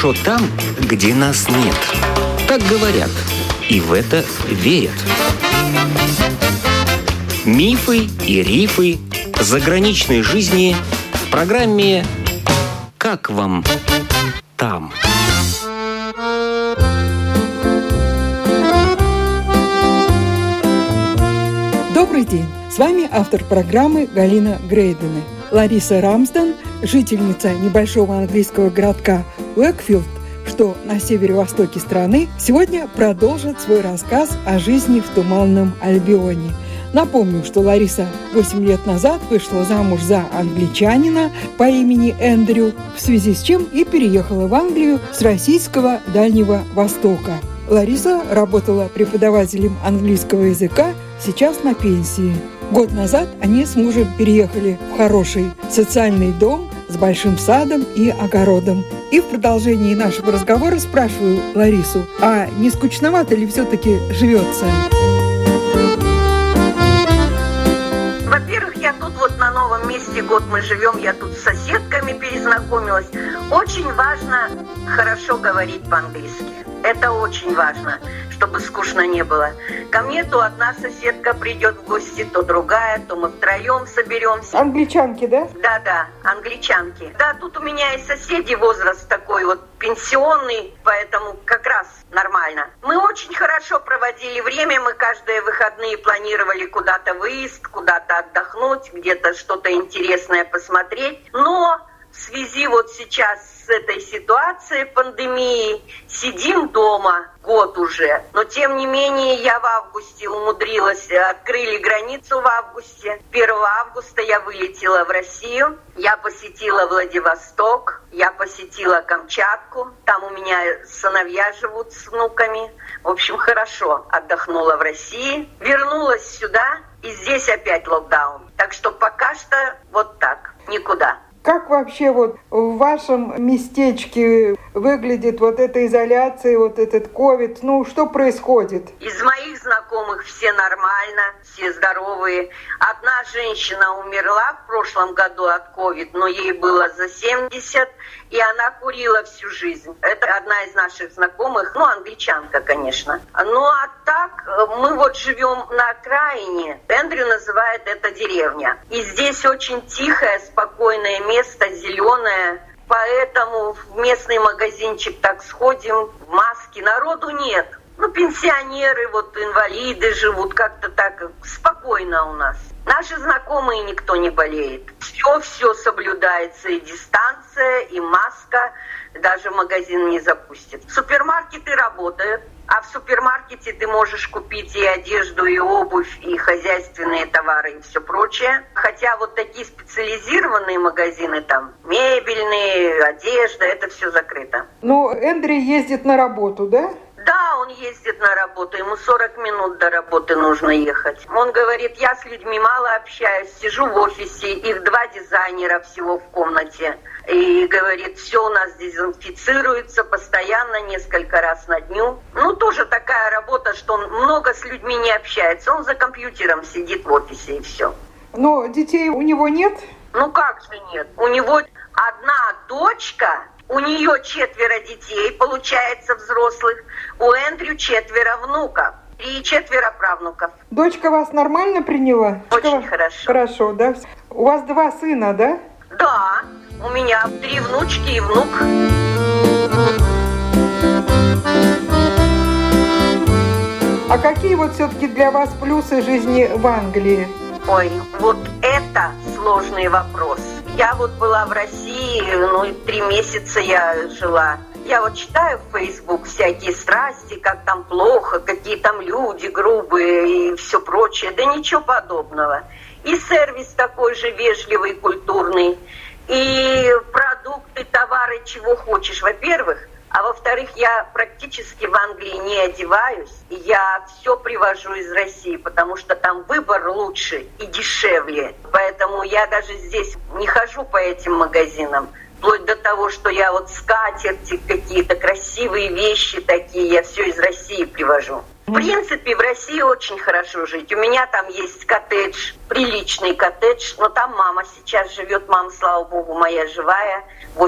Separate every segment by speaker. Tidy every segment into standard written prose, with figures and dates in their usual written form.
Speaker 1: хорошо там, где нас нет. Так говорят, и в это верят. Мифы и рифы заграничной жизни в программе «Как вам там?».
Speaker 2: Добрый день! С вами автор программы Галина Грейдена. Лариса Рамсден, жительница небольшого английского городка Уэкфилд, что на северо-востоке страны, сегодня продолжит свой рассказ о жизни в Туманном Альбионе. Напомню, что Лариса 8 лет назад вышла замуж за англичанина по имени Эндрю, в связи с чем и переехала в Англию с российского Дальнего Востока. Лариса работала преподавателем английского языка, сейчас на пенсии. Год назад они с мужем переехали в хороший социальный дом с большим садом и огородом. И в продолжении нашего разговора спрашиваю Ларису, а не скучновато ли все-таки живется?
Speaker 3: Во-первых, я тут вот на новом месте, год мы живем, я тут с соседками перезнакомилась. Очень важно хорошо говорить по-английски. Это очень важно, чтобы скучно не было. Ко мне то одна соседка придет в гости, то другая, то мы втроем соберемся.
Speaker 2: Англичанки, да?
Speaker 3: Да, англичанки. Да, тут у меня и соседи возраст такой вот пенсионный, поэтому как раз нормально. Мы очень хорошо проводили время, мы каждые выходные планировали куда-то выезд, куда-то отдохнуть, где-то что-то интересное посмотреть. Но в связи вот сейчас с этой ситуацией пандемии сидим дома год уже. Но тем не менее я в августе умудрилась, открыли границу в августе. 1 августа я вылетела в Россию, я посетила Владивосток, я посетила Камчатку. Там у меня сыновья живут с внуками. В общем, хорошо отдохнула в России. Вернулась сюда, и здесь опять локдаун. Так что пока что вот так, никуда.
Speaker 2: Как вообще вот в вашем местечке выглядит вот эта изоляция, вот этот ковид? Ну, что происходит?
Speaker 3: Из моих знакомых все нормально, все здоровые. Одна женщина умерла в прошлом году от ковид, но ей было за 70, и она курила всю жизнь. Это одна из наших знакомых, англичанка, конечно. Ну, а так, мы вот живем на окраине. Эндрю называет это деревня. И здесь очень тихое, спокойное место, зеленое. Поэтому в местный магазинчик так сходим, в маске. Народу нет. Пенсионеры, инвалиды живут как-то так спокойно у нас. Наши знакомые никто не болеет. Все соблюдается, и дистанция, и маска. Даже магазин не запустит. Супермаркеты работают. А в супермаркете ты можешь купить и одежду, и обувь, и хозяйственные товары, и все прочее. Хотя вот такие специализированные магазины, там, мебельные, одежда, это все закрыто.
Speaker 2: Эндрю ездит на работу, да?
Speaker 3: Да, он ездит на работу, ему 40 минут до работы нужно ехать. Он говорит, я с людьми мало общаюсь, сижу в офисе, их 2 дизайнера всего в комнате. И говорит, все у нас дезинфицируется постоянно, несколько раз на дню. Тоже такая работа, что он много с людьми не общается, он за компьютером сидит в офисе и все.
Speaker 2: Но детей у него нет?
Speaker 3: Как же нет? У него одна дочка. У нее 4 детей, получается, взрослых. У Эндрю 4 внуков и 4 правнуков.
Speaker 2: Дочка вас нормально приняла?
Speaker 3: Очень хорошо.
Speaker 2: Хорошо, да? У вас 2 сына, да?
Speaker 3: Да, у меня 3 внучки и внук.
Speaker 2: А какие все-таки для вас плюсы жизни в Англии?
Speaker 3: Ой, это сложный вопрос. Я была в России, 3 месяца я жила. Я читаю в Facebook всякие страсти, как там плохо, какие там люди грубые и все прочее. Да ничего подобного. И сервис такой же вежливый, культурный. И продукты, товары, чего хочешь, во-первых. А во-вторых, я практически в Англии не одеваюсь. И я все привожу из России, потому что там выбор лучше и дешевле. Поэтому я даже здесь не хожу по этим магазинам. Вплоть до того, что я скатерти, какие-то красивые вещи такие, я все из России привожу. В принципе, в России очень хорошо жить. У меня там есть коттедж, приличный коттедж, но там мама сейчас живет. Мама, слава богу, моя живая,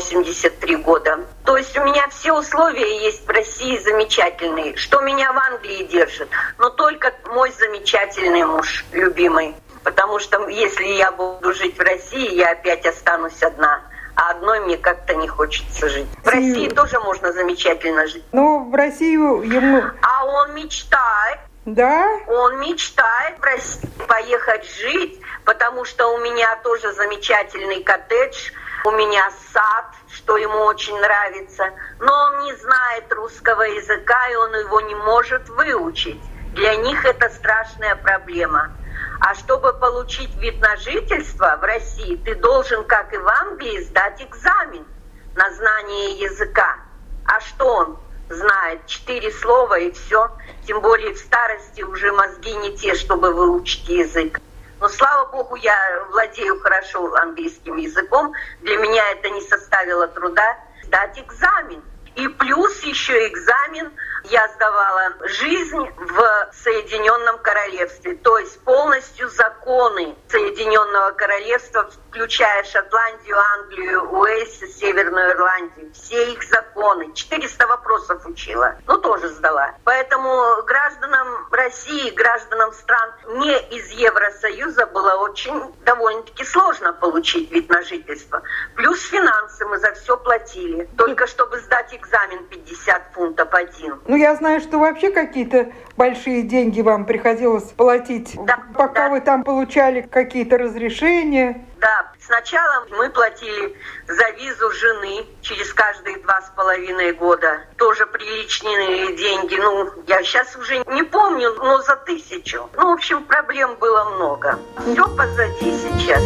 Speaker 3: 83 года. То есть у меня все условия есть в России замечательные. Что меня в Англии держит? Но только мой замечательный муж, любимый. Потому что если я буду жить в России, я опять останусь одна. А одной мне как-то не хочется жить. В России тоже можно замечательно жить.
Speaker 2: Но в Россию ему...
Speaker 3: А он мечтает.
Speaker 2: Да?
Speaker 3: Он мечтает в Россию поехать жить, потому что у меня тоже замечательный коттедж, у меня сад, что ему очень нравится. Но он не знает русского языка, и он его не может выучить. Для них это страшная проблема. А чтобы получить вид на жительство в России, ты должен, как и в Англии, сдать экзамен на знание языка. А что он знает? 4 слова и все. Тем более в старости уже мозги не те, чтобы выучить язык. Но, слава богу, я владею хорошо английским языком. Для меня это не составило труда сдать экзамен. И плюс еще экзамен я сдавала жизнь в Соединенном Королевстве. То есть полностью законы Соединенного Королевства, включая Шотландию, Англию, Уэльс, Северную Ирландию. Все их законы. 400 вопросов учила. Ну, тоже сдала. Поэтому гражданам России, гражданам стран не из Евросоюза было очень довольно-таки сложно получить вид на жительство. Плюс финансы мы за все платили. Только чтобы сдать экзамен 50 фунтов один.
Speaker 2: Ну, я знаю, что вообще какие-то большие деньги вам приходилось платить,
Speaker 3: да,
Speaker 2: пока вы там получали какие-то разрешения.
Speaker 3: Да, сначала мы платили за визу жены через каждые 2,5 года. Тоже приличные деньги. Ну, я сейчас уже не помню, но за 1000. Ну, в общем, проблем было много. Все позади сейчас.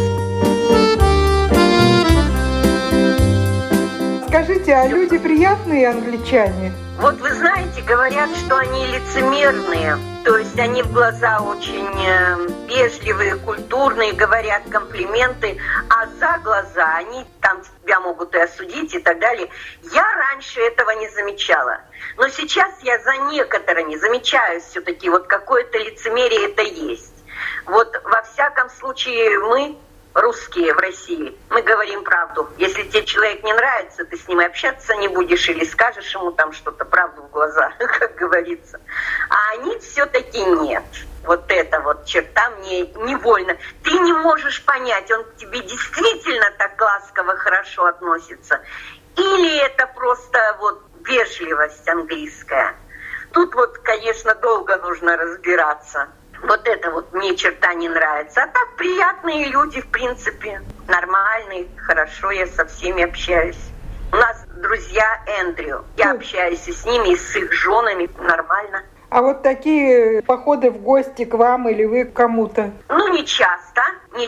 Speaker 2: Скажите, а люди приятные англичане?
Speaker 3: Вот вы знаете, говорят, что они лицемерные. То есть они в глаза очень вежливые, культурные, говорят комплименты, а за глаза они там тебя могут и осудить и так далее. Я раньше этого не замечала. Но сейчас я за некоторыми замечаю все-таки вот какое-то лицемерие это есть. Вот во всяком случае мы, русские в России, мы говорим правду. Если тебе человек не нравится, ты с ним общаться не будешь или скажешь ему там что-то правду в глаза, как говорится. А они все-таки нет. Вот эта вот черта мне невольно. Ты не можешь понять, он к тебе действительно так ласково, хорошо относится. Или это просто вот вежливость английская. Тут вот, конечно, долго нужно разбираться. Вот это вот мне черта не нравится. А так приятные люди, в принципе, нормальные, хорошо, я со всеми общаюсь. У нас друзья Эндрю. Я общаюсь и с ними, и с их женами, нормально.
Speaker 2: А вот такие походы в гости к вам или вы к кому-то?
Speaker 3: Ну, не часто.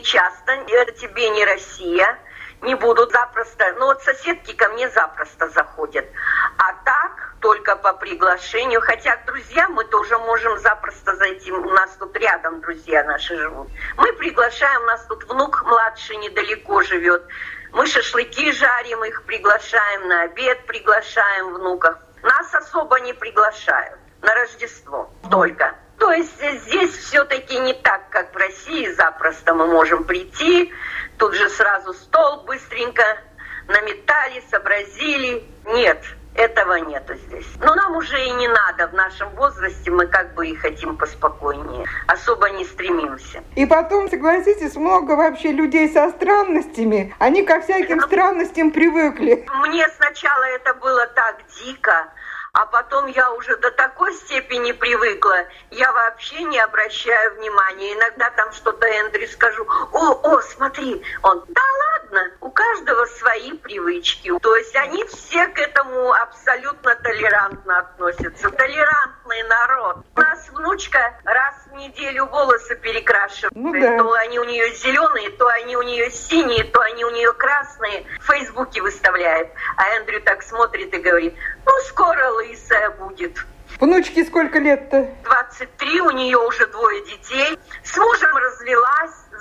Speaker 3: Это тебе не Россия. Не будут запросто. Ну, вот соседки ко мне запросто заходят. А так, только по приглашению. Хотя к друзьям мы тоже можем запросто зайти. У нас тут рядом друзья наши живут. Мы приглашаем, у нас тут внук младший недалеко живет. Мы шашлыки жарим, их приглашаем на обед, приглашаем внуков. Нас особо не приглашают. На Рождество только. То есть здесь все-таки не так, как в России. Запросто мы можем прийти. Тут же сразу стол быстренько наметали, сообразили. Нет, этого нету здесь. Но нам уже и не надо. В нашем возрасте мы как бы и хотим поспокойнее. Особо не стремимся.
Speaker 2: И потом, согласитесь, много вообще людей со странностями. Они ко всяким странностям привыкли.
Speaker 3: Мне сначала это было так дико. А потом я уже до такой степени привыкла, я вообще не обращаю внимания. Иногда там что-то Эндрю скажу, смотри, он, да ладно, у каждого свои привычки. То есть они все к этому абсолютно толерантно относятся. Толерантный народ. У нас внучка раз в неделю волосы перекрашивает.
Speaker 2: Ну, да.
Speaker 3: То они у нее зеленые, то они у нее синие, то они у нее красные. В Фейсбуке выставляет. А Эндрю так смотрит и говорит, скоро лысая будет.
Speaker 2: Внучке сколько лет-то?
Speaker 3: 23, у нее уже 2 детей. С мужем развелась,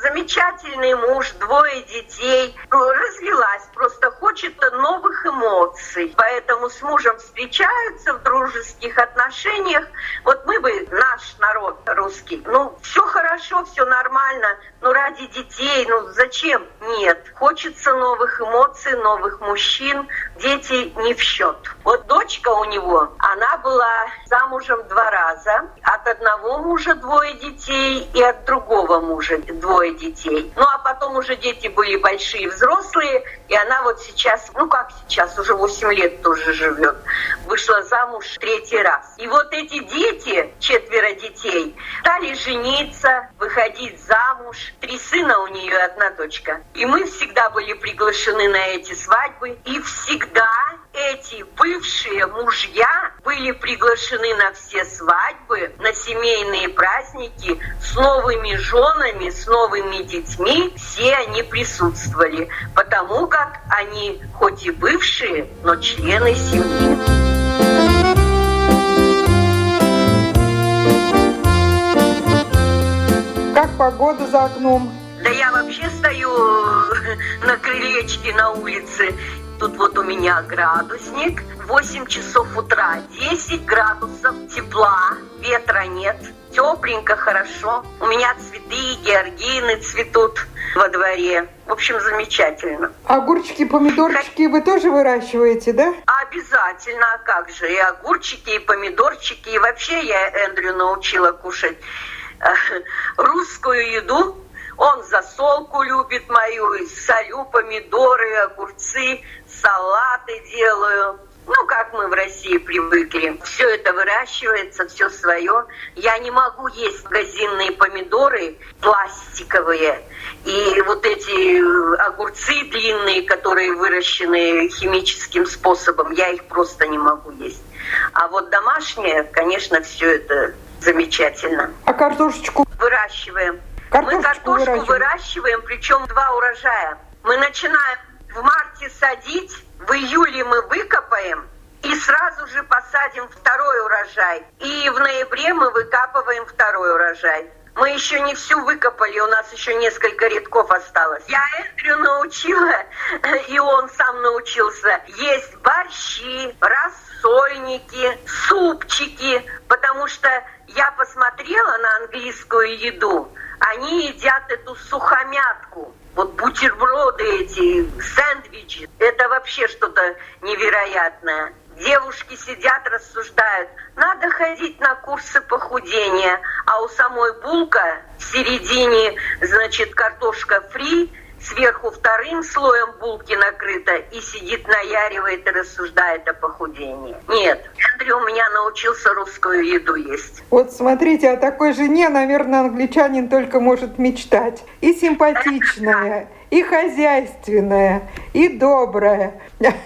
Speaker 3: замечательный муж, 2 детей. Развелась, просто хочет новых эмоций. Поэтому с мужем встречаются в дружеских отношениях. Вот мы бы, наш народ русский, все хорошо, все нормально, но ради детей, зачем? Нет. Хочется новых эмоций, новых мужчин. Дети не в счет. Вот дочка у него, она была замужем 2 раза. От одного мужа 2 детей и от другого мужа 2 детей. А потом уже дети были большие, взрослые, и она вот сейчас, уже 8 лет тоже живет, вышла замуж 3-й раз. И вот эти дети, 4 детей, стали жениться, выходить замуж. 3 сына у нее и 1 дочка. И мы всегда были приглашены на эти свадьбы, и всегда эти бывшие мужья были приглашены на все свадьбы, на семейные праздники с новыми женами, с новыми детьми. Все они присутствовали, потому как они хоть и бывшие, но члены семьи.
Speaker 2: Как погода за окном?
Speaker 3: Да я вообще стою на крылечке на улице. Тут вот у меня градусник, 8 часов утра, 10 градусов тепла, ветра нет, тепленько, хорошо. У меня цветы, георгины цветут во дворе. В общем, замечательно.
Speaker 2: Огурчики, помидорчики вы тоже выращиваете, да?
Speaker 3: Обязательно, а как же. И огурчики, и помидорчики. И вообще я Эндрю научила кушать русскую еду. Он засолку любит мою, и солю помидоры, огурцы, салаты делаю. Как мы в России привыкли. Все это выращивается, все свое. Я не могу есть магазинные помидоры пластиковые. И вот эти огурцы длинные, которые выращены химическим способом, я их просто не могу есть. А вот домашнее, конечно, все это замечательно.
Speaker 2: А картошечку?
Speaker 3: Выращиваем. Мы картошку выращиваем, причем 2 урожая. Мы начинаем в марте садить, в июле мы выкопаем и сразу же посадим 2-й урожай. И в ноябре мы выкапываем 2-й урожай. Мы еще не всю выкопали, у нас еще несколько рядков осталось. Я Эндрю научила, и он сам научился есть борщи, рассольники, супчики, потому что я посмотрела на английскую еду. Они едят эту сухомятку. Вот бутерброды эти, сэндвичи. Это вообще что-то невероятное. Девушки сидят, рассуждают. Надо ходить на курсы похудения. А у самой булка в середине, картошка фри, сверху 2-м слоем булки накрыта и сидит, наяривает и рассуждает о похудении. Нет, Эндрю у меня научился русскую еду есть.
Speaker 2: Вот смотрите, о такой жене, наверное, англичанин только может мечтать. И симпатичная, и хозяйственная, и добрая.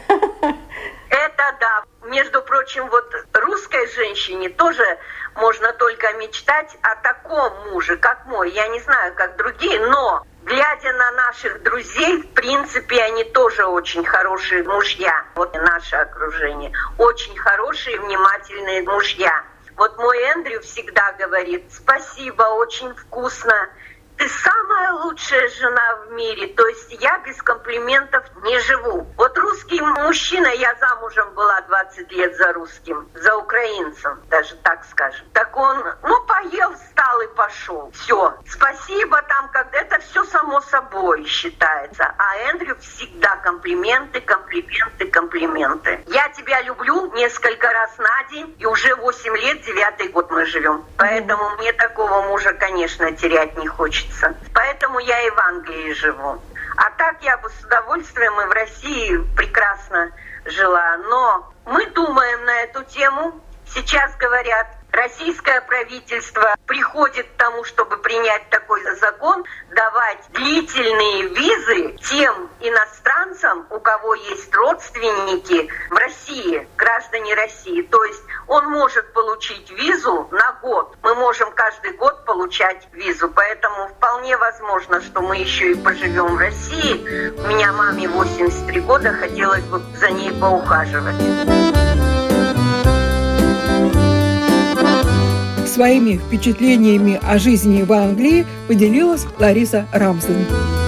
Speaker 3: Это да. Между прочим, вот русской женщине тоже можно только мечтать о таком муже, как мой. Я не знаю, как другие, но глядя на наших друзей, в принципе, они тоже очень хорошие мужья. Вот и наше окружение. Очень хорошие, внимательные мужья. Вот мой Эндрю всегда говорит: спасибо, очень вкусно. Ты самая лучшая жена в мире. То есть я без комплиментов не живу. Вот русский мужчина, я замужем была 20 лет за русским, за украинцем, даже так скажем. Так он, поел, встал и пошел. Все. Спасибо там, когда это все само собой считается. А Эндрю всегда комплименты, комплименты, комплименты. Я тебя люблю несколько раз на день, и уже 8 лет, 9-й год мы живем. Поэтому мне такого мужа, конечно, терять не хочется. Поэтому я и в Англии живу. А так я бы с удовольствием и в России прекрасно жила. Но мы думаем на эту тему. Сейчас говорят, российское правительство приходит к тому, чтобы принять такой закон, давать длительные визы тем иностранцам, у кого есть родственники в России, граждане России. То есть он может получить визу на год. Мы можем каждый год получать визу. Поэтому вполне возможно, что мы еще и поживем в России. У меня маме 83 года, хотелось бы за ней поухаживать.
Speaker 2: Своими впечатлениями о жизни в Англии поделилась Лариса Рамсден.